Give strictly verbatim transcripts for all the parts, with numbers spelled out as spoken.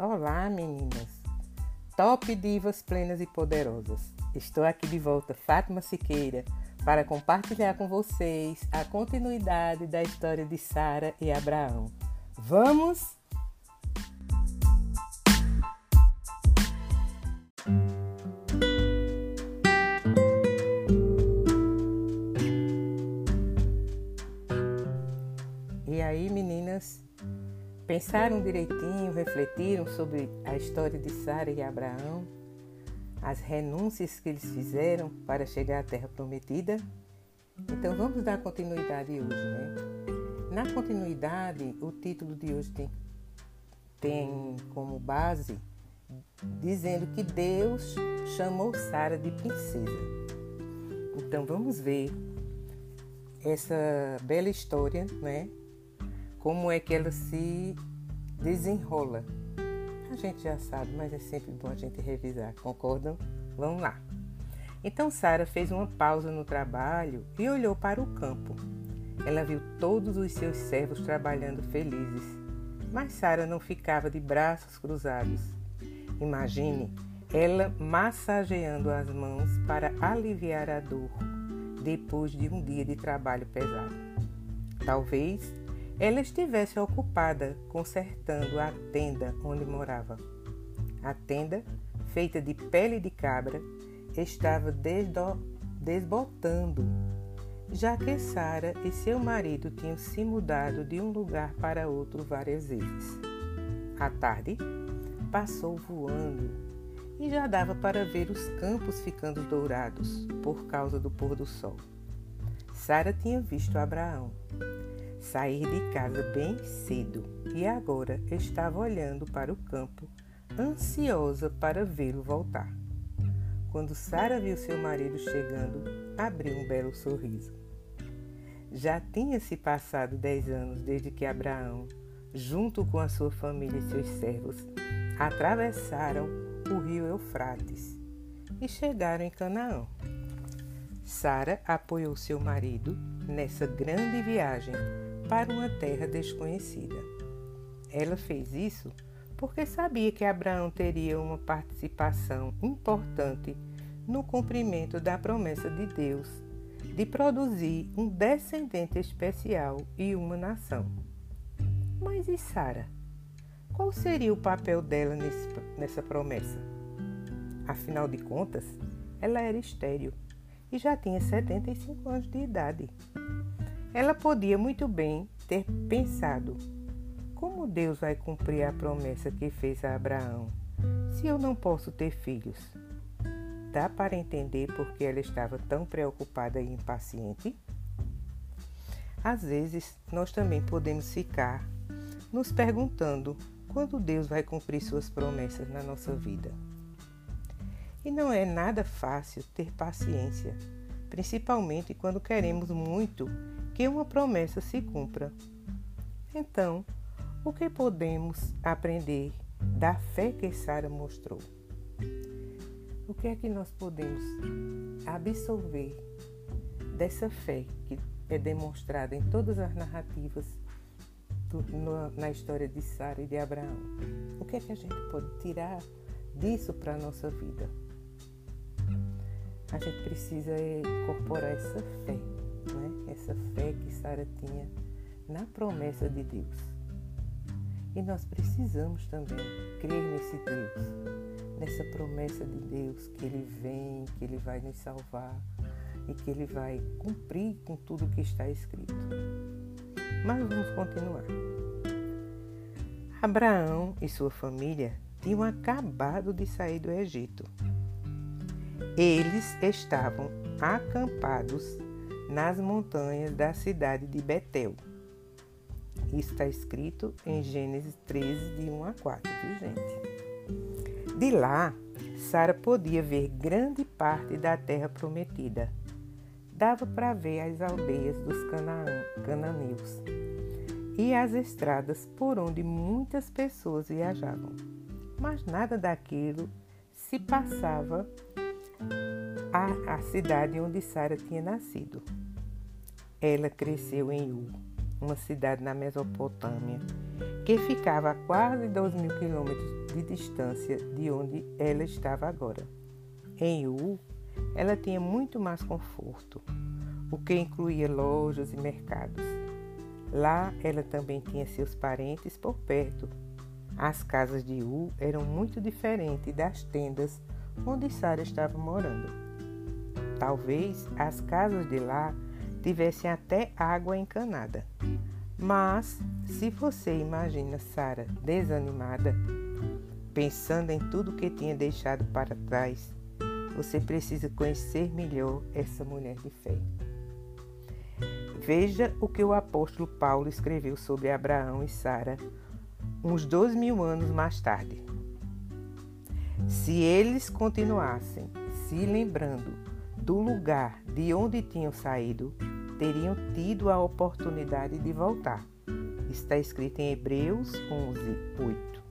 Olá, meninas! Top divas plenas e poderosas! Estou aqui de volta, Fátima Siqueira, para compartilhar com vocês a continuidade da história de Sara e Abraão. Vamos? E aí, meninas? Pensaram direitinho, refletiram sobre a história de Sara e Abraão, as renúncias que eles fizeram para chegar à Terra Prometida? Então vamos dar continuidade hoje, né? Na continuidade, o título de hoje tem, tem como base dizendo que Deus chamou Sara de princesa. Então vamos ver essa bela história, né? Como é que ela se desenrola. A gente já sabe, mas é sempre bom a gente revisar, concordam? Vamos lá. Então Sara fez uma pausa no trabalho e olhou para o campo. Ela viu todos os seus servos trabalhando felizes, mas Sara não ficava de braços cruzados. Imagine ela massageando as mãos para aliviar a dor depois de um dia de trabalho pesado. Talvez ela estivesse ocupada consertando a tenda onde morava. A tenda, feita de pele de cabra, estava desdo... desbotando, já que Sara e seu marido tinham se mudado de um lugar para outro várias vezes. A tarde passou voando e já dava para ver os campos ficando dourados por causa do pôr do sol. Sara tinha visto Abraão sair de casa bem cedo e agora estava olhando para o campo, ansiosa para vê-lo voltar. Quando Sara viu seu marido chegando, abriu um belo sorriso. Já tinha se passado dez anos desde que Abraão, junto com a sua família e seus servos, atravessaram o rio Eufrates e chegaram em Canaã. Sara apoiou seu marido nessa grande viagem para uma terra desconhecida. Ela fez isso porque sabia que Abraão teria uma participação importante no cumprimento da promessa de Deus de produzir um descendente especial e uma nação. Mas e Sara? Qual seria o papel dela nesse, nessa promessa? Afinal de contas, ela era estéril e já tinha setenta e cinco anos de idade. Ela podia muito bem ter pensado: como Deus vai cumprir a promessa que fez a Abraão, se eu não posso ter filhos? Dá para entender por que ela estava tão preocupada e impaciente? Às vezes, nós também podemos ficar nos perguntando quando Deus vai cumprir suas promessas na nossa vida. E não é nada fácil ter paciência, principalmente quando queremos muito que uma promessa se cumpra. Então, o que podemos aprender da fé que Sara mostrou? O que é que nós podemos absorver dessa fé que é demonstrada em todas as narrativas do, no, na história de Sara e de Abraão? O que é que a gente pode tirar disso para a nossa vida? A gente precisa incorporar essa fé, né? Essa fé que Sara tinha na promessa de Deus. E nós precisamos também crer nesse Deus, nessa promessa de Deus, que Ele vem, que Ele vai nos salvar e que Ele vai cumprir com tudo o que está escrito. Mas vamos continuar. Abraão e sua família tinham acabado de sair do Egito. Eles estavam acampados nas montanhas da cidade de Betel. Isso está escrito em Gênesis treze, de um a quatro, viu, gente? De lá, Sara podia ver grande parte da terra prometida. Dava para ver as aldeias dos cana- cananeus e as estradas por onde muitas pessoas viajavam. Mas nada daquilo se passava à, à cidade onde Sara tinha nascido. Ela cresceu em Ur, uma cidade na Mesopotâmia, que ficava a quase dois mil quilômetros de distância de onde ela estava agora. Em Ur, ela tinha muito mais conforto, o que incluía lojas e mercados. Lá, ela também tinha seus parentes por perto. As casas de Ur eram muito diferentes das tendas onde Sara estava morando. Talvez as casas de lá tivessem até água encanada. Mas, se você imagina Sara desanimada, pensando em tudo que tinha deixado para trás, você precisa conhecer melhor essa mulher de fé. Veja o que o apóstolo Paulo escreveu sobre Abraão e Sara uns dois mil anos mais tarde. Se eles continuassem se lembrando do lugar de onde tinham saído, teriam tido a oportunidade de voltar. Está escrito em Hebreus onze, oito.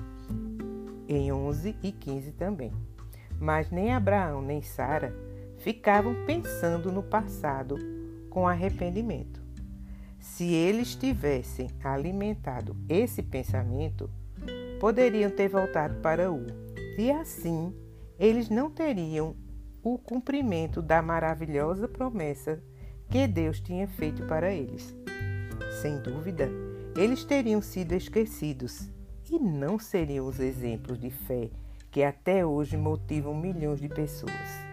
Em onze e quinze também. Mas nem Abraão nem Sara ficavam pensando no passado com arrependimento. Se eles tivessem alimentado esse pensamento, poderiam ter voltado para Ur. E assim, eles não teriam o cumprimento da maravilhosa promessa que Deus tinha feito para eles. Sem dúvida, eles teriam sido esquecidos e não seriam os exemplos de fé que até hoje motivam milhões de pessoas.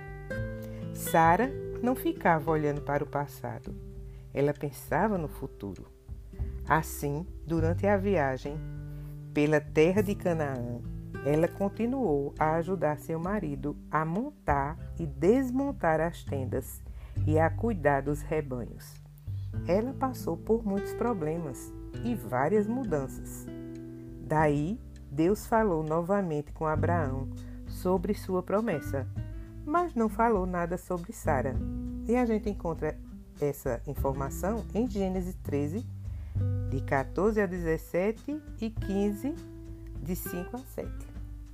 Sara não ficava olhando para o passado, ela pensava no futuro. Assim, durante a viagem pela terra de Canaã, ela continuou a ajudar seu marido a montar e desmontar as tendas e a cuidar dos rebanhos. Ela passou por muitos problemas e várias mudanças. Daí, Deus falou novamente com Abraão sobre sua promessa, mas não falou nada sobre Sara. E a gente encontra essa informação em Gênesis treze, de quatorze a dezessete e quinze, de cinco a sete.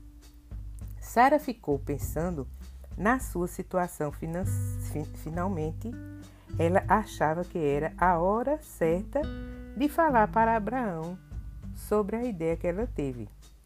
Sara ficou pensando na sua situação. Finalmente, ela achava que era a hora certa de falar para Abraão sobre a ideia que ela teve.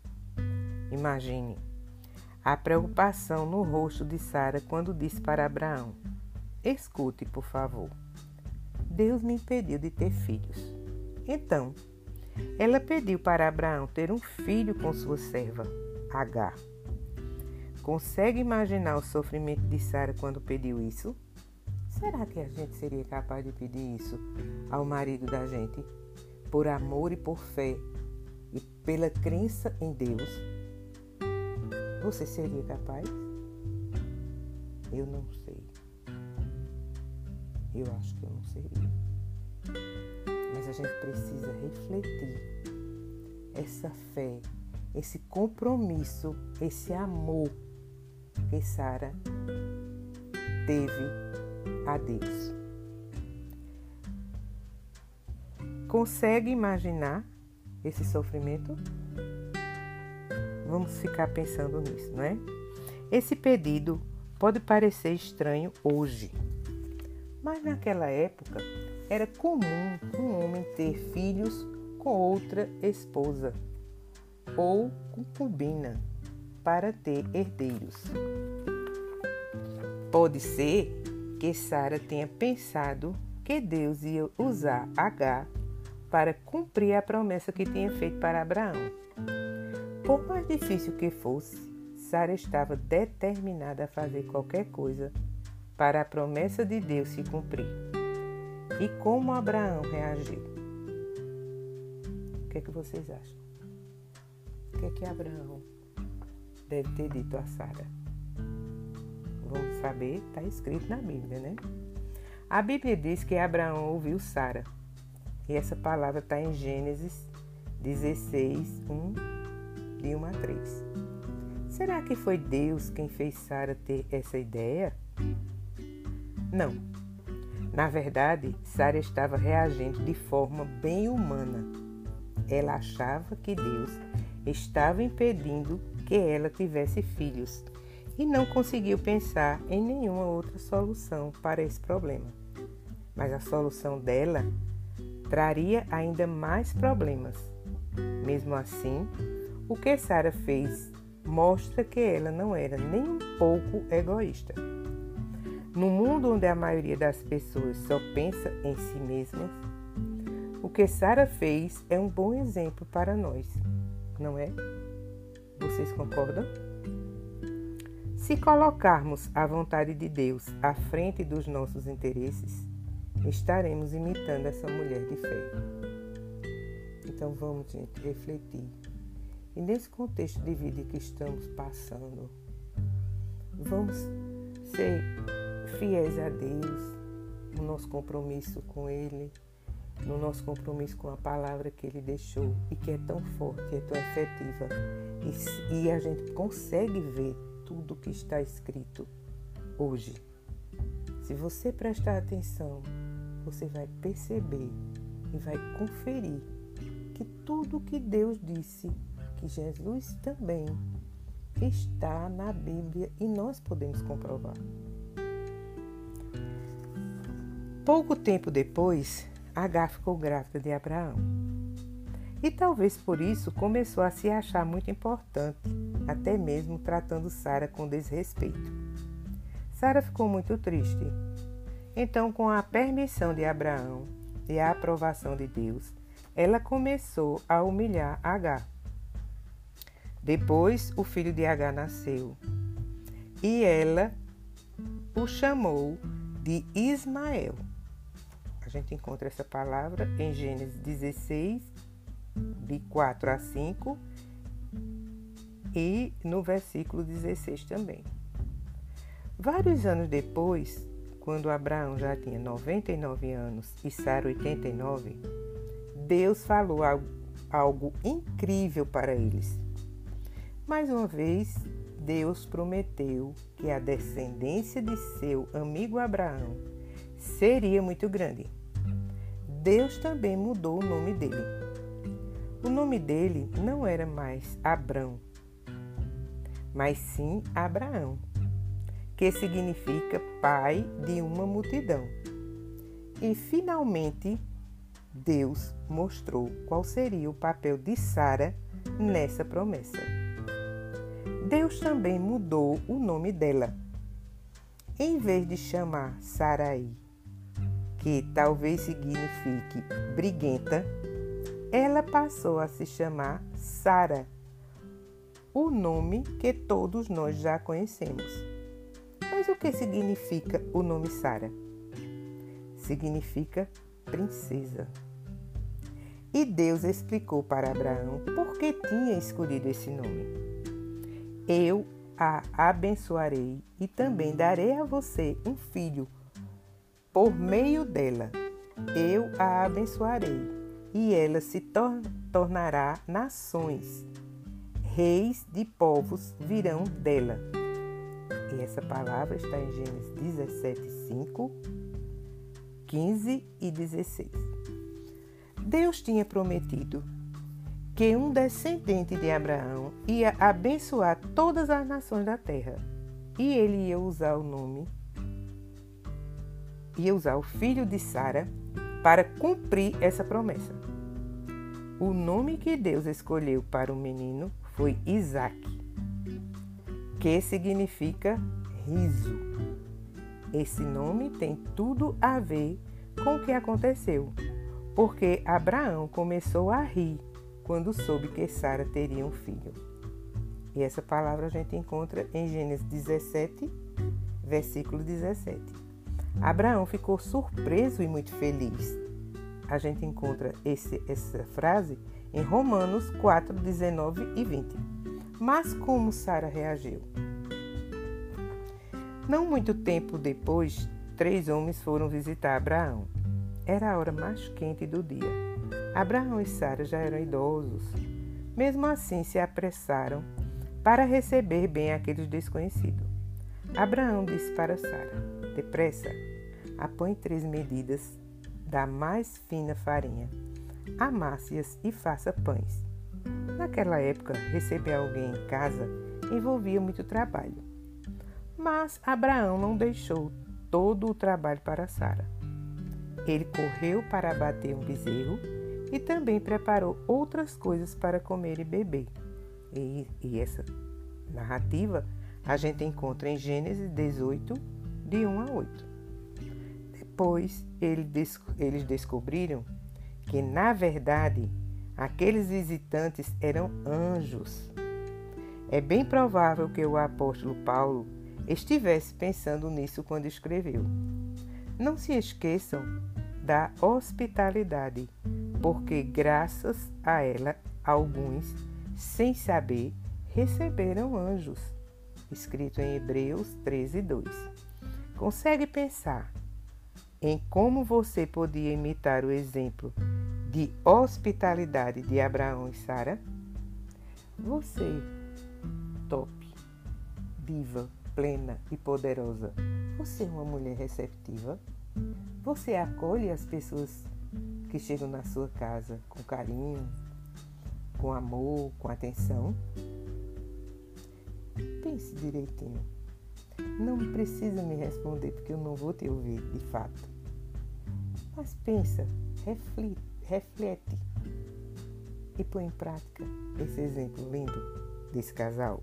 Imagine a preocupação no rosto de Sara quando disse para Abraão: escute, por favor. Deus me impediu de ter filhos. Então, ela pediu para Abraão ter um filho com sua serva, Agar. Consegue imaginar o sofrimento de Sara quando pediu isso? Será que a gente seria capaz de pedir isso ao marido da gente, por amor e por fé e pela crença em Deus? Você seria capaz? Eu não sei. Eu acho que eu não seria. Mas a gente precisa refletir essa fé, esse compromisso, esse amor que Sara teve a Deus. Consegue imaginar esse sofrimento? Vamos ficar pensando nisso, não é? Esse pedido pode parecer estranho hoje, mas naquela época era comum um homem ter filhos com outra esposa ou concubina para ter herdeiros. Pode ser que Sara tenha pensado que Deus ia usar Agar para cumprir a promessa que tinha feito para Abraão. Por mais difícil que fosse, Sara estava determinada a fazer qualquer coisa para a promessa de Deus se cumprir. E como Abraão reagiu? O que é que vocês acham? O que é que Abraão deve ter dito a Sara? Vamos saber, está escrito na Bíblia, né? A Bíblia diz que Abraão ouviu Sara. E essa palavra está em Gênesis dezesseis, um, de um a três. Será que foi Deus quem fez Sara ter essa ideia? Não. Na verdade, Sara estava reagindo de forma bem humana. Ela achava que Deus estava impedindo que ela tivesse filhos e não conseguiu pensar em nenhuma outra solução para esse problema. Mas a solução dela traria ainda mais problemas. Mesmo assim, o que Sara fez mostra que ela não era nem um pouco egoísta. No mundo onde a maioria das pessoas só pensa em si mesmas, o que Sara fez é um bom exemplo para nós, não é? Vocês concordam? Se colocarmos a vontade de Deus à frente dos nossos interesses, estaremos imitando essa mulher de fé. Então vamos, gente, refletir. E nesse contexto de vida que estamos passando, vamos ser fiéis a Deus, no nosso compromisso com Ele, no nosso compromisso com a palavra que Ele deixou e que é tão forte, é tão efetiva. E, e a gente consegue ver tudo o que está escrito hoje. Se você prestar atenção, você vai perceber e vai conferir que tudo o que Deus disse, que Jesus também está na Bíblia e nós podemos comprovar. Pouco tempo depois, Agar ficou grávida de Abraão. E talvez por isso começou a se achar muito importante, até mesmo tratando Sara com desrespeito. Sara ficou muito triste. Então, com a permissão de Abraão e a aprovação de Deus, ela começou a humilhar Agar. Depois, o filho de Agar nasceu e ela o chamou de Ismael. A gente encontra essa palavra em Gênesis dezesseis, de quatro a cinco, e no versículo dezesseis também. Vários anos depois, quando Abraão já tinha noventa e nove anos e Sara oitenta e nove, Deus falou algo, algo incrível para eles. Mais uma vez, Deus prometeu que a descendência de seu amigo Abraão seria muito grande. Deus também mudou o nome dele. O nome dele não era mais Abrão, mas sim Abraão, que significa pai de uma multidão. E finalmente, Deus mostrou qual seria o papel de Sara nessa promessa. Deus também mudou o nome dela. Em vez de chamar Sarai, que talvez signifique briguenta, ela passou a se chamar Sara, o nome que todos nós já conhecemos. Mas o que significa o nome Sara? Significa princesa. E Deus explicou para Abraão por que tinha escolhido esse nome. Eu a abençoarei e também darei a você um filho. Por meio dela, eu a abençoarei e ela se tor- tornará nações. Reis de povos virão dela. E essa palavra está em Gênesis dezessete, cinco, quinze e dezesseis. Deus tinha prometido que um descendente de Abraão ia abençoar todas as nações da terra. E ele ia usar o nome, ia usar o filho de Sara para cumprir essa promessa. O nome que Deus escolheu para o menino foi Isaac, que significa riso. Esse nome tem tudo a ver com o que aconteceu, porque Abraão começou a rir quando soube que Sara teria um filho. E essa palavra a gente encontra em Gênesis dezessete, versículo dezessete. Abraão ficou surpreso e muito feliz. A gente encontra esse, essa frase em Romanos quatro, dezenove e vinte. Mas como Sara reagiu? Não muito tempo depois, três homens foram visitar Abraão. Era a hora mais quente do dia. Abraão e Sara já eram idosos. Mesmo assim, se apressaram para receber bem aqueles desconhecidos. Abraão disse para Sara: depressa, apanhe três medidas da mais fina farinha, amasse-as e faça pães. Naquela época, receber alguém em casa envolvia muito trabalho. Mas Abraão não deixou todo o trabalho para Sara. Ele correu para abater um bezerro e também preparou outras coisas para comer e beber. E, e essa narrativa a gente encontra em Gênesis dezoito, de um a oito. Depois, eles descobriram que, na verdade, aqueles visitantes eram anjos. É bem provável que o apóstolo Paulo estivesse pensando nisso quando escreveu. Não se esqueçam da hospitalidade, porque graças a ela, alguns, sem saber, receberam anjos. Escrito em Hebreus treze, dois. Consegue pensar em como você podia imitar o exemplo de hospitalidade de Abraão e Sara? Você, top, diva, plena e poderosa, você é uma mulher receptiva? Você acolhe as pessoas que chegam na sua casa com carinho, com amor, com atenção? Pense direitinho. Não precisa me responder, porque eu não vou te ouvir, de fato. Mas pensa, reflete, reflete e põe em prática esse exemplo lindo desse casal.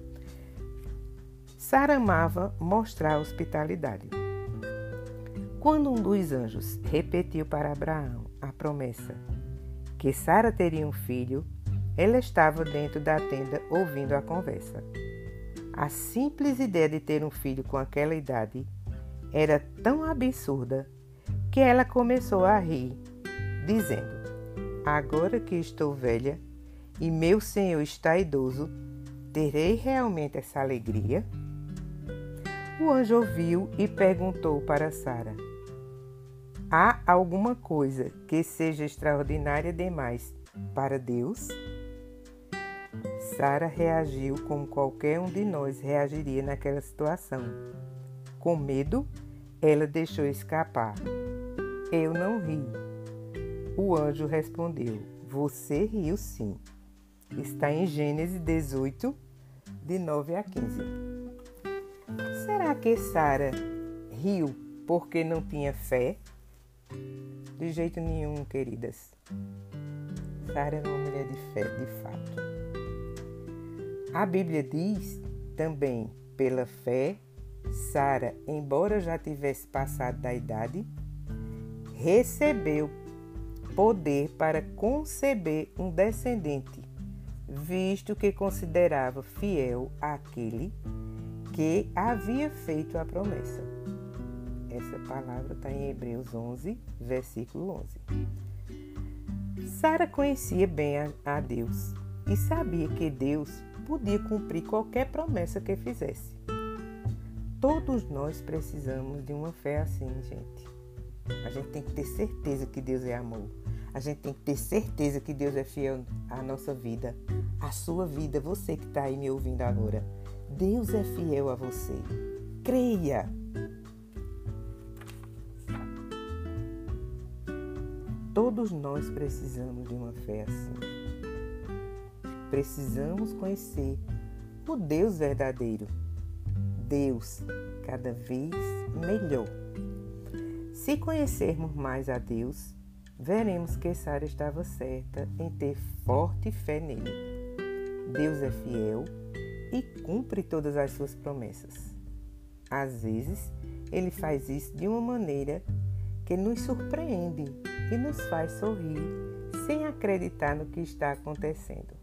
Sara amava mostrar hospitalidade. Quando um dos anjos repetiu para Abraão a promessa que Sara teria um filho, ela estava dentro da tenda ouvindo a conversa. A simples ideia de ter um filho com aquela idade era tão absurda que ela começou a rir, dizendo: agora que estou velha e meu senhor está idoso, terei realmente essa alegria? O anjo ouviu e perguntou para Sara: há alguma coisa que seja extraordinária demais para Deus? Sara reagiu como qualquer um de nós reagiria naquela situação. Com medo, ela deixou escapar: eu não ri. O anjo respondeu: você riu sim. Está em Gênesis dezoito, de nove a quinze. Será que Sara riu porque não tinha fé? De jeito nenhum, queridas. Sara era uma mulher de fé, de fato. A Bíblia diz também: pela fé, Sara, embora já tivesse passado da idade, recebeu poder para conceber um descendente, visto que considerava fiel àquele que havia feito a promessa. Essa palavra está em Hebreus onze, versículo onze. Sara conhecia bem a, a Deus e sabia que Deus podia cumprir qualquer promessa que fizesse. Todos nós precisamos de uma fé assim, gente. A gente tem que ter certeza que Deus é amor. A gente tem que ter certeza que Deus é fiel à nossa vida, à sua vida, você que está aí me ouvindo agora. Deus é fiel a você. Creia! Todos nós precisamos de uma fé assim. Precisamos conhecer o Deus verdadeiro. Deus cada vez melhor. Se conhecermos mais a Deus, veremos que Sara estava certa em ter forte fé nele. Deus é fiel e cumpre todas as suas promessas. Às vezes, ele faz isso de uma maneira que nos surpreende e nos faz sorrir sem acreditar no que está acontecendo.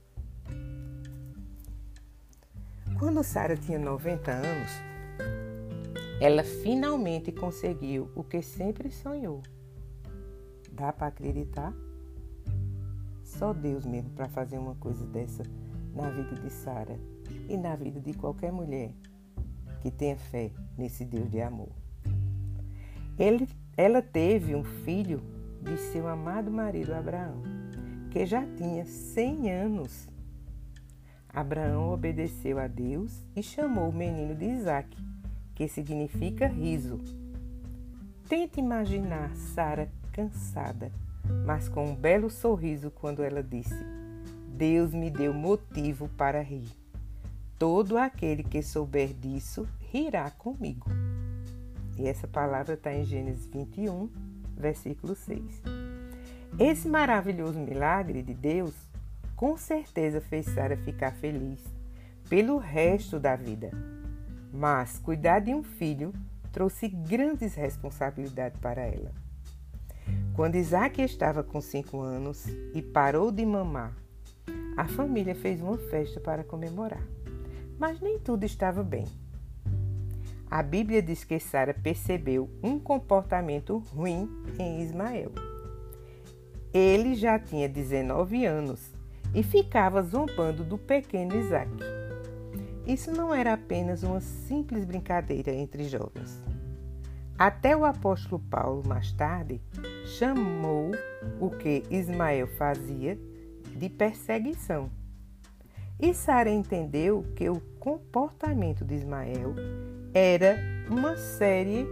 Quando Sara tinha noventa anos, ela finalmente conseguiu o que sempre sonhou. Dá para acreditar? Só Deus mesmo para fazer uma coisa dessa na vida de Sara e na vida de qualquer mulher que tenha fé nesse Deus de amor. Ele, ela teve um filho de seu amado marido Abraão, que já tinha cem anos. Abraão obedeceu a Deus e chamou o menino de Isaque, que significa riso. Tente imaginar Sara cansada, mas com um belo sorriso quando ela disse: Deus me deu motivo para rir. Todo aquele que souber disso rirá comigo. E essa palavra está em Gênesis vinte e um, versículo seis. Esse maravilhoso milagre de Deus com certeza fez Sara ficar feliz pelo resto da vida. Mas cuidar de um filho trouxe grandes responsabilidades para ela. Quando Isaac estava com cinco anos e parou de mamar, a família fez uma festa para comemorar. Mas nem tudo estava bem. A Bíblia diz que Sara percebeu um comportamento ruim em Ismael. Ele já tinha dezenove anos e ficava zombando do pequeno Isaac. Isso não era apenas uma simples brincadeira entre jovens. Até o apóstolo Paulo, mais tarde, chamou o que Ismael fazia de perseguição. E Sara entendeu que o comportamento de Ismael era uma série,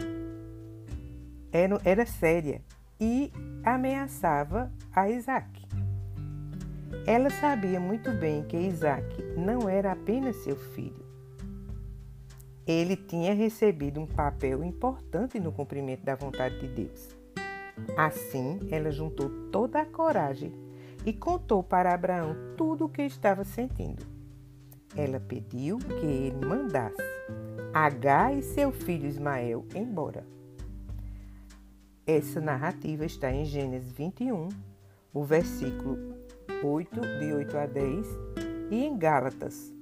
era, era séria e ameaçava a Isaac. Ela sabia muito bem que Isaac não era apenas seu filho. Ele tinha recebido um papel importante no cumprimento da vontade de Deus. Assim, ela juntou toda a coragem e contou para Abraão tudo o que estava sentindo. Ela pediu que ele mandasse Agar e seu filho Ismael embora. Essa narrativa está em Gênesis vinte e um, o versículo oito, de oito a dez, e em Gálatas,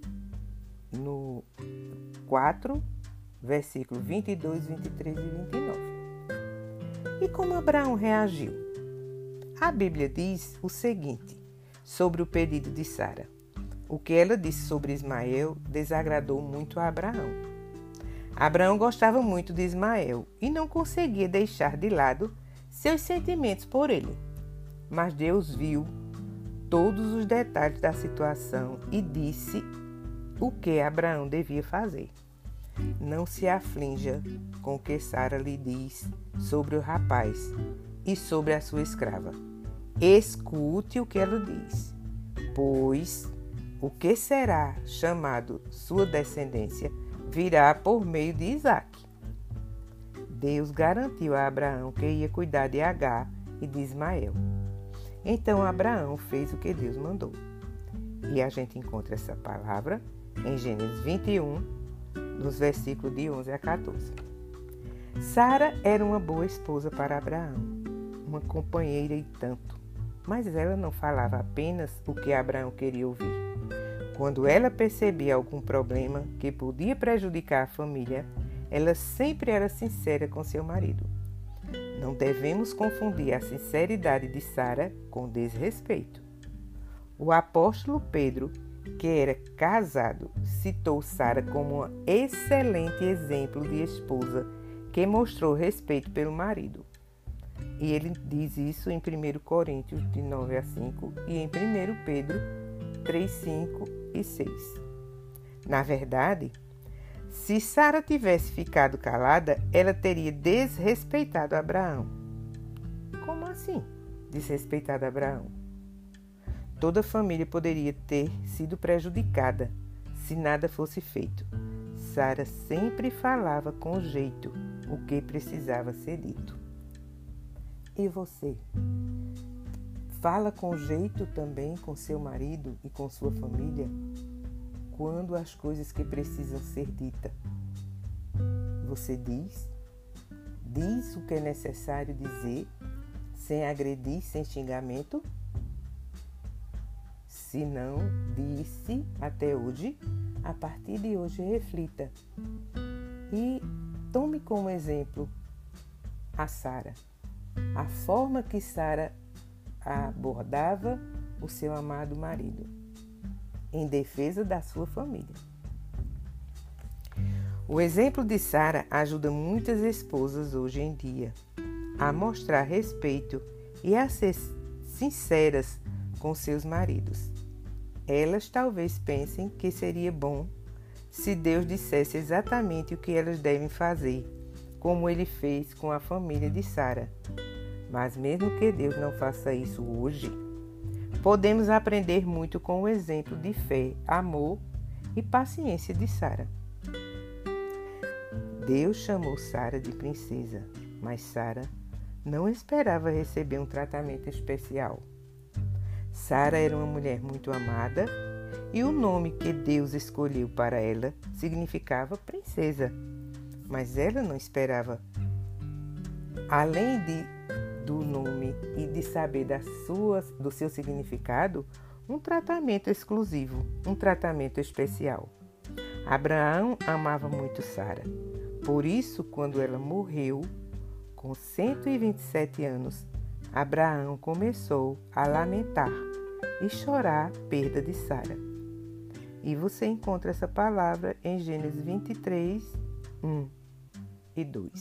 no quatro, versículo vinte e dois, vinte e três e vinte e nove. E como Abraão reagiu? A Bíblia diz o seguinte sobre o pedido de Sara. O que ela disse sobre Ismael desagradou muito a Abraão. Abraão gostava muito de Ismael e não conseguia deixar de lado seus sentimentos por ele. Mas Deus viu todos os detalhes da situação e disse o que Abraão devia fazer. Não se aflinja com o que Sara lhe diz sobre o rapaz e sobre a sua escrava. Escute o que ela diz, pois o que será chamado sua descendência virá por meio de Isaac. Deus garantiu a Abraão que ia cuidar de Agar e de Ismael. Então Abraão fez o que Deus mandou. E a gente encontra essa palavra em Gênesis vinte e um, nos versículos de onze a quatorze. Sara era uma boa esposa para Abraão, uma companheira e tanto, mas ela não falava apenas o que Abraão queria ouvir. Quando ela percebia algum problema que podia prejudicar a família, ela sempre era sincera com seu marido. Não devemos confundir a sinceridade de Sara com desrespeito. O apóstolo Pedro, que era casado, citou Sara como um excelente exemplo de esposa que mostrou respeito pelo marido. E ele diz isso em primeira Coríntios, de nove a cinco, e em primeira Pedro, três, cinco e seis. Na verdade, se Sara tivesse ficado calada, ela teria desrespeitado Abraão. Como assim, desrespeitado Abraão? Toda a família poderia ter sido prejudicada se nada fosse feito. Sara sempre falava com jeito o que precisava ser dito. E você? Fala com jeito também com seu marido e com sua família quando as coisas que precisam ser ditas? Você diz? Diz o que é necessário dizer, sem agredir, sem xingamento? Se não disse até hoje, a partir de hoje reflita e tome como exemplo a Sara, a forma que Sara abordava o seu amado marido, em defesa da sua família. O exemplo de Sara ajuda muitas esposas hoje em dia a mostrar respeito e a ser sinceras com seus maridos. Elas talvez pensem que seria bom se Deus dissesse exatamente o que elas devem fazer, como ele fez com a família de Sara. Mas mesmo que Deus não faça isso hoje, podemos aprender muito com o exemplo de fé, amor e paciência de Sara. Deus chamou Sara de princesa, mas Sara não esperava receber um tratamento especial. Sara era uma mulher muito amada e o nome que Deus escolheu para ela significava princesa. Mas ela não esperava, além de, do nome e de saber das suas, do seu significado, um tratamento exclusivo, um tratamento especial. Abraão amava muito Sara. Por isso, quando ela morreu, com cento e vinte e sete anos, Abraão começou a lamentar e chorar a perda de Sara. E você encontra essa palavra em Gênesis vinte e três, um e dois.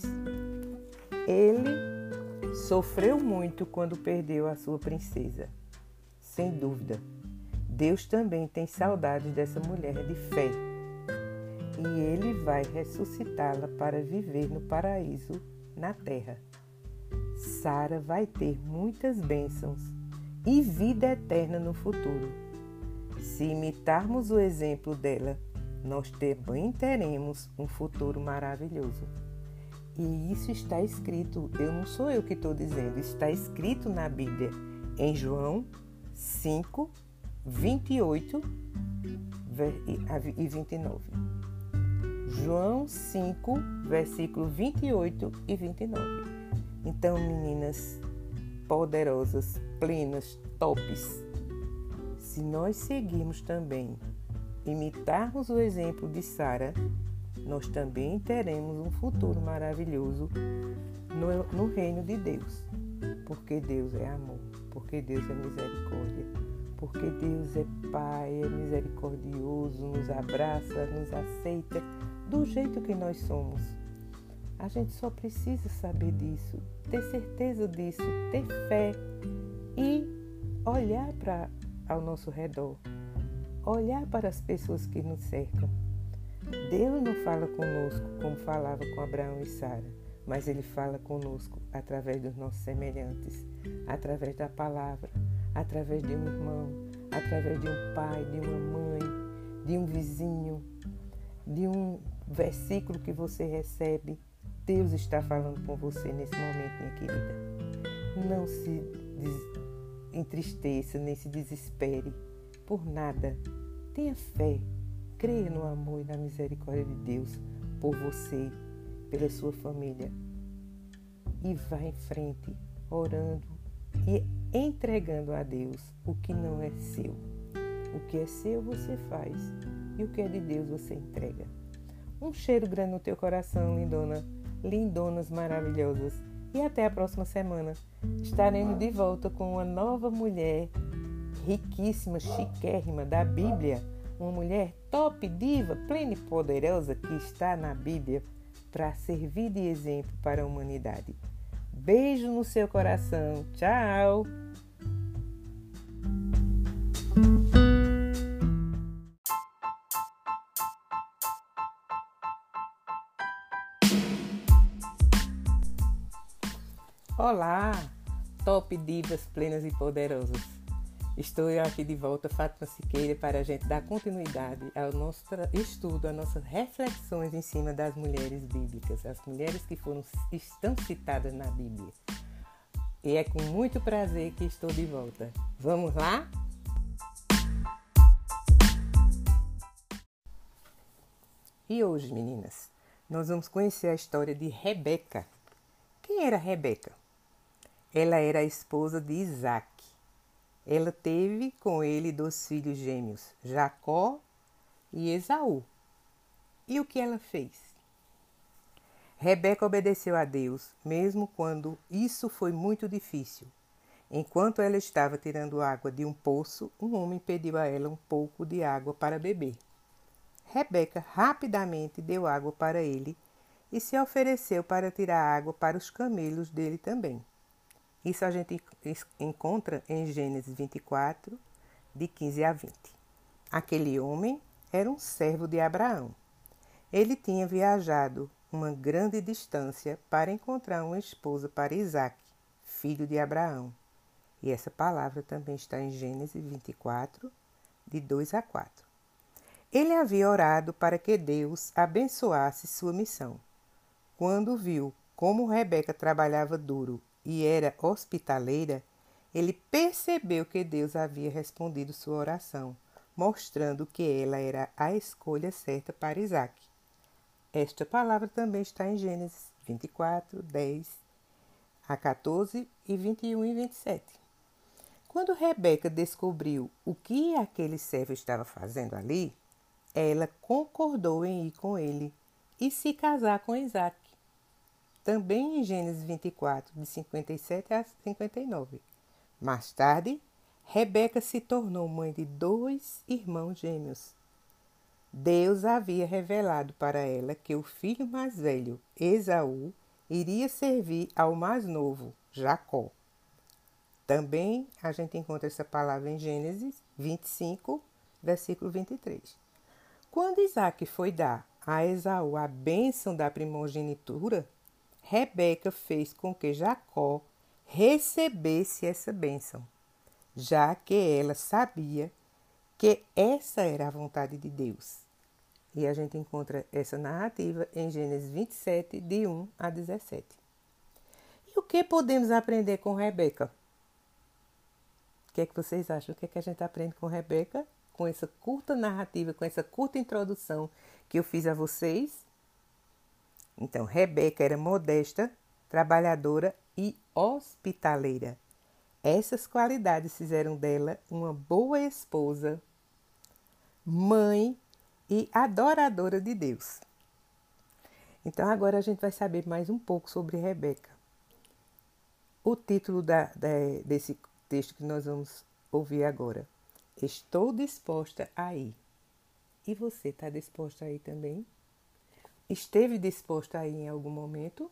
Ele sofreu muito quando perdeu a sua princesa. Sem dúvida, Deus também tem saudades dessa mulher de fé. E Ele vai ressuscitá-la para viver no paraíso na terra. Sara vai ter muitas bênçãos e vida eterna no futuro. Se imitarmos o exemplo dela, nós também teremos um futuro maravilhoso. E isso está escrito, eu não sou eu que estou dizendo, está escrito na Bíblia, em João cinco, vinte e oito e vinte e nove. João cinco, versículo vinte e oito e vinte e nove. Então, meninas poderosas, plenas, tops, se nós seguirmos também, imitarmos o exemplo de Sara, nós também teremos um futuro maravilhoso no, no reino de Deus. Porque Deus é amor, porque Deus é misericórdia, porque Deus é Pai, é misericordioso, nos abraça, nos aceita do jeito que nós somos. A gente só precisa saber disso, ter certeza disso, ter fé e olhar para ao nosso redor, olhar para as pessoas que nos cercam. Deus não fala conosco como falava com Abraão e Sara, mas Ele fala conosco através dos nossos semelhantes, através da palavra, através de um irmão, através de um pai, de uma mãe, de um vizinho, de um versículo que você recebe. Deus está falando com você nesse momento, minha querida. Não se des... entristeça, nem se desespere por nada. Tenha fé, creia no amor e na misericórdia de Deus por você, pela sua família. E vá em frente, orando e entregando a Deus o que não é seu. O que é seu você faz e o que é de Deus você entrega. Um cheiro grande no teu coração, lindona, lindonas maravilhosas. E até a próxima semana. Estaremos de volta com uma nova mulher riquíssima, chiquérrima da Bíblia. Uma mulher top, diva, plena e poderosa que está na Bíblia para servir de exemplo para a humanidade. Beijo no seu coração. Tchau! Olá, top divas plenas e poderosas. Estou aqui de volta, Fátima Siqueira, para a gente dar continuidade ao nosso estudo, às nossas reflexões em cima das mulheres bíblicas, as mulheres que foram, estão citadas na Bíblia. E é com muito prazer que estou de volta. Vamos lá? E hoje, meninas, nós vamos conhecer a história de Rebeca. Quem era Rebeca? Ela era a esposa de Isaac. Ela teve com ele dois filhos gêmeos, Jacó e Esaú. E o que ela fez? Rebeca obedeceu a Deus, mesmo quando isso foi muito difícil. Enquanto ela estava tirando água de um poço, um homem pediu a ela um pouco de água para beber. Rebeca rapidamente deu água para ele e se ofereceu para tirar água para os camelos dele também. Isso a gente encontra em Gênesis vinte e quatro, de quinze a vinte. Aquele homem era um servo de Abraão. Ele tinha viajado uma grande distância para encontrar uma esposa para Isaac, filho de Abraão. E essa palavra também está em Gênesis vinte e quatro, de dois a quatro. Ele havia orado para que Deus abençoasse sua missão. Quando viu como Rebeca trabalhava duro e era hospitaleira, ele percebeu que Deus havia respondido sua oração, mostrando que ela era a escolha certa para Isaac. Esta palavra também está em Gênesis vinte e quatro, dez a quatorze e vinte e um e vinte e sete. Quando Rebeca descobriu o que aquele servo estava fazendo ali, ela concordou em ir com ele e se casar com Isaac. Também em Gênesis vinte e quatro, de cinquenta e sete a cinquenta e nove. Mais tarde, Rebeca se tornou mãe de dois irmãos gêmeos. Deus havia revelado para ela que o filho mais velho, Esaú, iria servir ao mais novo, Jacó. Também a gente encontra essa palavra em Gênesis vinte e cinco, versículo vinte e três. Quando Isaac foi dar a Esaú a bênção da primogenitura, Rebeca fez com que Jacó recebesse essa bênção, já que ela sabia que essa era a vontade de Deus. E a gente encontra essa narrativa em Gênesis vinte e sete, de um a dezessete. E o que podemos aprender com Rebeca? O que é que vocês acham? O que é que a gente aprende com Rebeca? Com essa curta narrativa, com essa curta introdução que eu fiz a vocês? Então, Rebeca era modesta, trabalhadora e hospitaleira. Essas qualidades fizeram dela uma boa esposa, mãe e adoradora de Deus. Então, agora a gente vai saber mais um pouco sobre Rebeca. O título da, da, desse texto que nós vamos ouvir agora: Estou disposta a ir. E você está disposta a ir também? Esteve disposta a ir em algum momento?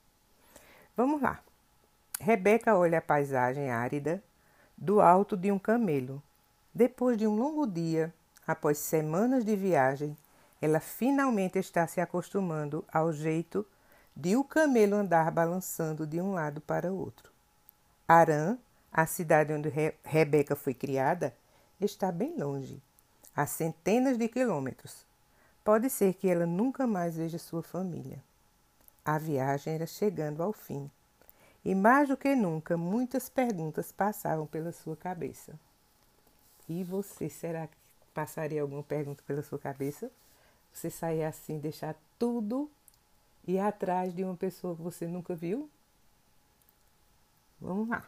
Vamos lá. Rebeca olha a paisagem árida do alto de um camelo. Depois de um longo dia, após semanas de viagem, ela finalmente está se acostumando ao jeito de o camelo andar balançando de um lado para o outro. Harã, a cidade onde Re- Rebeca foi criada, está bem longe, a centenas de quilômetros. Pode ser que ela nunca mais veja sua família. A viagem era chegando ao fim. E mais do que nunca, muitas perguntas passavam pela sua cabeça. E você, será que passaria alguma pergunta pela sua cabeça? Você sair assim, deixar tudo e ir atrás de uma pessoa que você nunca viu? Vamos lá.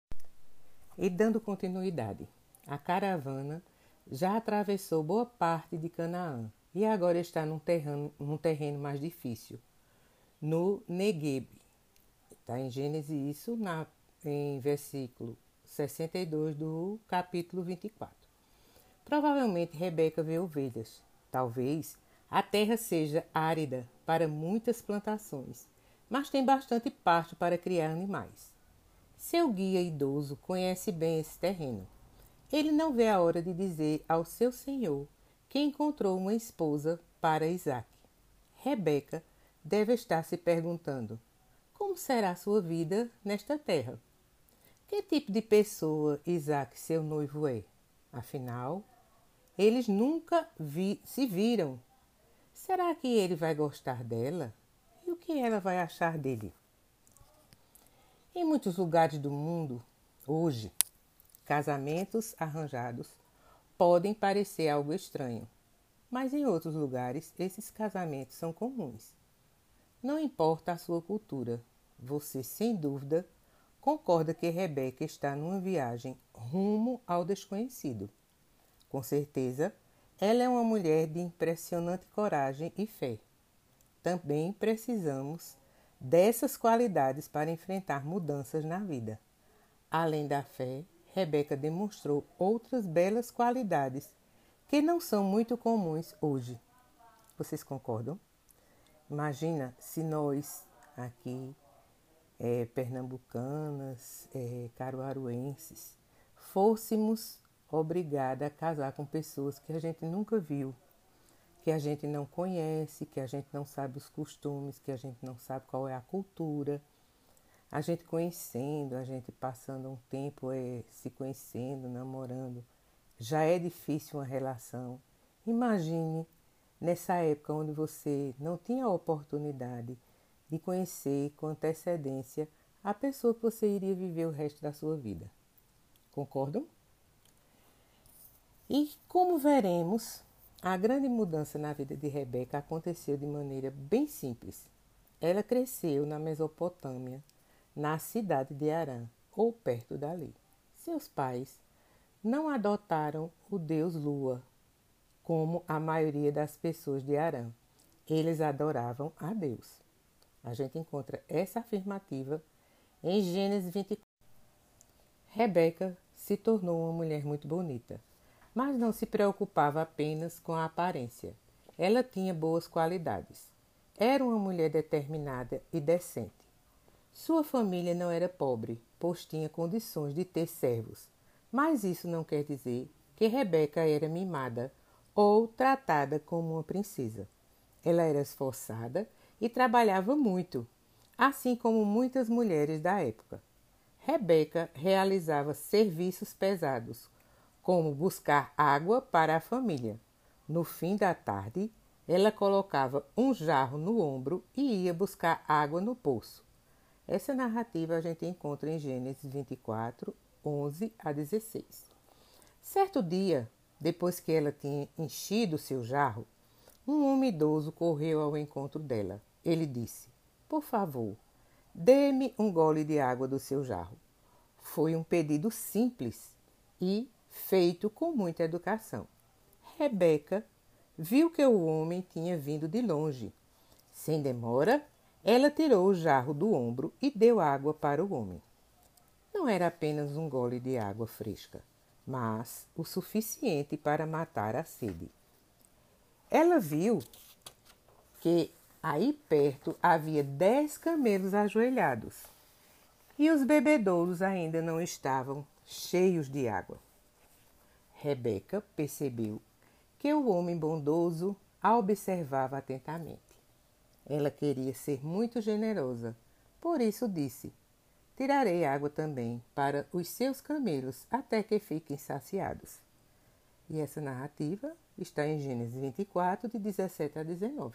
E dando continuidade, a caravana já atravessou boa parte de Canaã e agora está num terreno, num terreno mais difícil, no Negueb. Está em Gênesis isso, na, em versículo sessenta e dois do capítulo vinte e quatro. Provavelmente Rebeca vê ovelhas. Talvez a terra seja árida para muitas plantações, mas tem bastante pasto para criar animais. Seu guia idoso conhece bem esse terreno. Ele não vê a hora de dizer ao seu senhor que encontrou uma esposa para Isaac. Rebeca deve estar se perguntando: como será sua vida nesta terra? Que tipo de pessoa Isaac, seu noivo, é? Afinal, eles nunca vi, se viram. Será que ele vai gostar dela? E o que ela vai achar dele? Em muitos lugares do mundo, hoje, casamentos arranjados podem parecer algo estranho, mas em outros lugares esses casamentos são comuns. Não importa a sua cultura, você, sem dúvida, concorda que Rebeca está numa viagem rumo ao desconhecido. Com certeza, ela é uma mulher de impressionante coragem e fé. Também precisamos dessas qualidades para enfrentar mudanças na vida. Além da fé, Rebeca demonstrou outras belas qualidades que não são muito comuns hoje. Vocês concordam? Imagina se nós aqui, é, pernambucanas, é, caruaruenses, fôssemos obrigadas a casar com pessoas que a gente nunca viu, que a gente não conhece, que a gente não sabe os costumes, que a gente não sabe qual é a cultura. A gente conhecendo, a gente passando um tempo é, se conhecendo, namorando, já é difícil uma relação. Imagine nessa época onde você não tinha a oportunidade de conhecer com antecedência a pessoa que você iria viver o resto da sua vida. Concordam? E como veremos, a grande mudança na vida de Rebeca aconteceu de maneira bem simples. Ela cresceu na Mesopotâmia, na cidade de Harã, ou perto dali. Seus pais não adotaram o deus Lua, como a maioria das pessoas de Harã. Eles adoravam a Deus. A gente encontra essa afirmativa em Gênesis vinte e quatro. Rebeca se tornou uma mulher muito bonita, mas não se preocupava apenas com a aparência. Ela tinha boas qualidades. Era uma mulher determinada e decente. Sua família não era pobre, pois tinha condições de ter servos, mas isso não quer dizer que Rebeca era mimada ou tratada como uma princesa. Ela era esforçada e trabalhava muito, assim como muitas mulheres da época. Rebeca realizava serviços pesados, como buscar água para a família. No fim da tarde, ela colocava um jarro no ombro e ia buscar água no poço. Essa narrativa a gente encontra em Gênesis vinte e quatro, onze a dezesseis. Certo dia, depois que ela tinha enchido seu jarro, um homem idoso correu ao encontro dela. Ele disse: "Por favor, dê-me um gole de água do seu jarro." Foi um pedido simples e feito com muita educação. Rebeca viu que o homem tinha vindo de longe. Sem demora, ela tirou o jarro do ombro e deu água para o homem. Não era apenas um gole de água fresca, mas o suficiente para matar a sede. Ela viu que aí perto havia dez camelos ajoelhados e os bebedouros ainda não estavam cheios de água. Rebeca percebeu que o homem bondoso a observava atentamente. Ela queria ser muito generosa, por isso disse: "Tirarei água também para os seus camelos até que fiquem saciados." E essa narrativa está em Gênesis vinte e quatro, de dezessete a dezenove.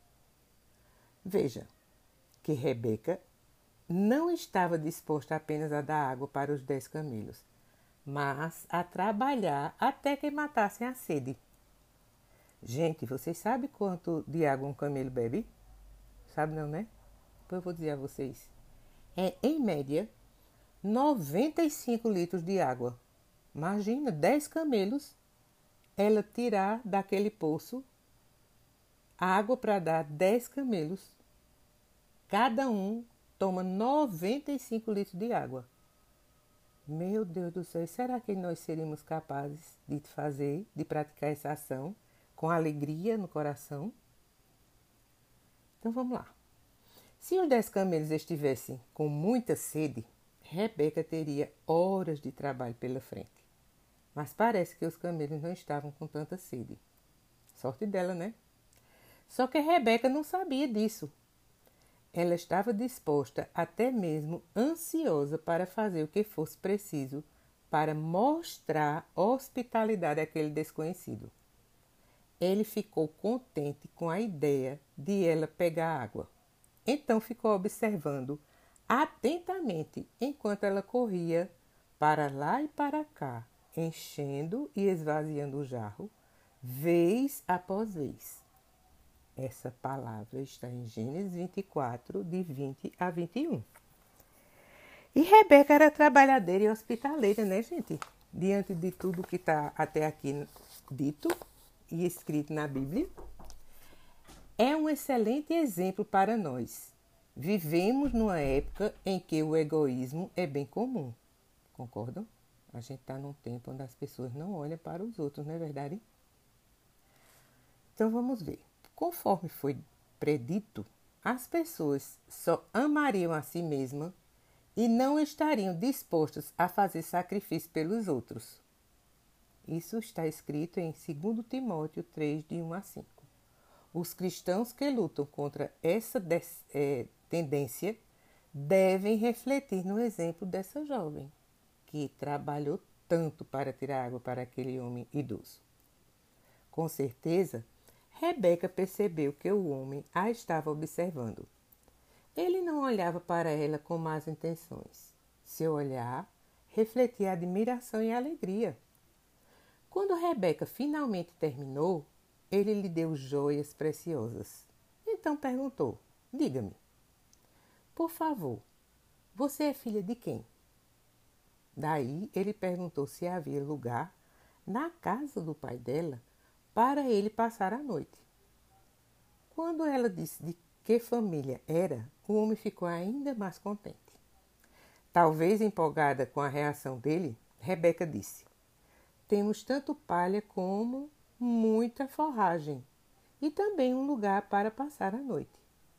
Veja que Rebeca não estava disposta apenas a dar água para os dez camelos, mas a trabalhar até que matassem a sede. Gente, vocês sabem quanto de água um camelo bebe? Sabe não, né? Então eu vou dizer a vocês. É, em média, noventa e cinco litros de água. Imagina, dez camelos, ela tirar daquele poço água para dar dez camelos. Cada um toma noventa e cinco litros de água. Meu Deus do céu, será que nós seríamos capazes de fazer, de praticar essa ação com alegria no coração? Então vamos lá. Se os dez camelos estivessem com muita sede, Rebeca teria horas de trabalho pela frente. Mas parece que os camelos não estavam com tanta sede. Sorte dela, né? Só que Rebeca não sabia disso. Ela estava disposta, até mesmo ansiosa, para fazer o que fosse preciso para mostrar hospitalidade àquele desconhecido. Ele ficou contente com a ideia de ela pegar água. Então ficou observando atentamente enquanto ela corria para lá e para cá, enchendo e esvaziando o jarro, vez após vez. Essa palavra está em Gênesis vinte e quatro, de vinte a vinte e um. E Rebeca era trabalhadeira e hospitaleira, né, gente? Diante de tudo que está até aqui dito e escrito na Bíblia, é um excelente exemplo para nós. Vivemos numa época em que o egoísmo é bem comum. Concordam? A gente está num tempo onde as pessoas não olham para os outros, não é verdade? Então vamos ver. Conforme foi predito, as pessoas só amariam a si mesmas e não estariam dispostas a fazer sacrifício pelos outros. Isso está escrito em dois Timóteo três, de um a cinco. Os cristãos que lutam contra essa des- é, tendência devem refletir no exemplo dessa jovem, que trabalhou tanto para tirar água para aquele homem idoso. Com certeza, Rebeca percebeu que o homem a estava observando. Ele não olhava para ela com más intenções. Seu olhar refletia admiração e alegria. Quando Rebeca finalmente terminou, ele lhe deu joias preciosas. Então perguntou: diga-me, por favor, você é filha de quem? Daí ele perguntou se havia lugar na casa do pai dela para ele passar a noite. Quando ela disse de que família era, o homem ficou ainda mais contente. Talvez empolgada com a reação dele, Rebeca disse: temos tanto palha como muita forragem e também um lugar para passar a noite.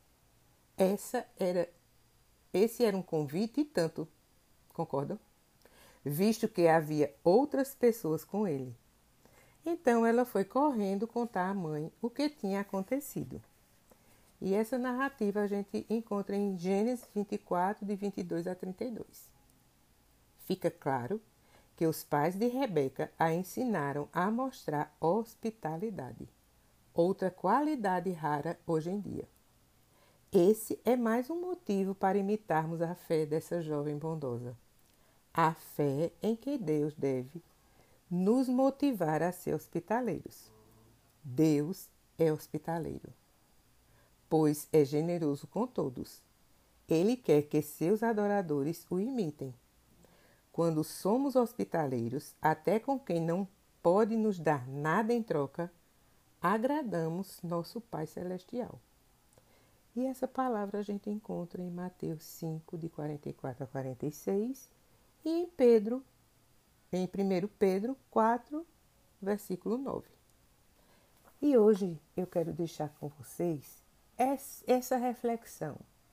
Essa era, esse era um convite e tanto, concordam? Visto que havia outras pessoas com ele. Então ela foi correndo contar à mãe o que tinha acontecido. E essa narrativa a gente encontra em Gênesis vinte e quatro, de vinte e dois a trinta e dois. Fica claro que os pais de Rebeca a ensinaram a mostrar hospitalidade, outra qualidade rara hoje em dia. Esse é mais um motivo para imitarmos a fé dessa jovem bondosa. A fé em que Deus deve nos motivar a ser hospitaleiros. Deus é hospitaleiro, pois é generoso com todos. Ele quer que seus adoradores o imitem. Quando somos hospitaleiros, até com quem não pode nos dar nada em troca, agradamos nosso Pai Celestial. E essa palavra a gente encontra em Mateus cinco, de quarenta e quatro a quarenta e seis, e em Pedro, em primeiro Pedro quatro, versículo nove. E hoje eu quero deixar com vocês essa reflexão.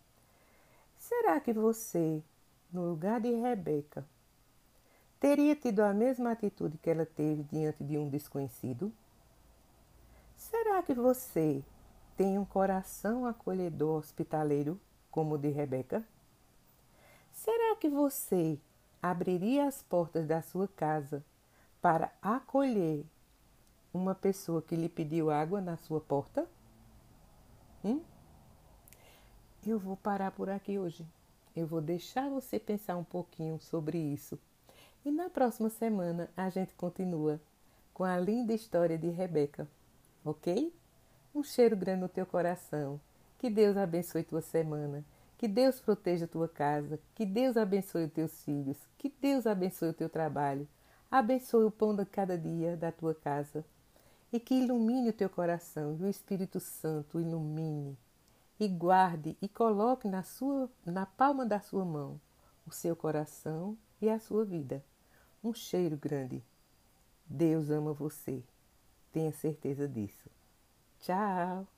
Será que você, no lugar de Rebeca, teria tido a mesma atitude que ela teve diante de um desconhecido? Será que você tem um coração acolhedor hospitaleiro como o de Rebeca? Será que você abriria as portas da sua casa para acolher uma pessoa que lhe pediu água na sua porta? Hum? Eu vou parar por aqui hoje. Eu vou deixar você pensar um pouquinho sobre isso. E na próxima semana a gente continua com a linda história de Rebeca, ok? Um cheiro grande no teu coração. Que Deus abençoe tua semana. Que Deus proteja a tua casa. Que Deus abençoe os teus filhos. Que Deus abençoe o teu trabalho. Abençoe o pão de cada dia da tua casa. E que ilumine o teu coração. E o Espírito Santo ilumine. E guarde e coloque na, sua, na palma da sua mão o seu coração e a sua vida. Um cheiro grande. Deus ama você. Tenha certeza disso. Tchau!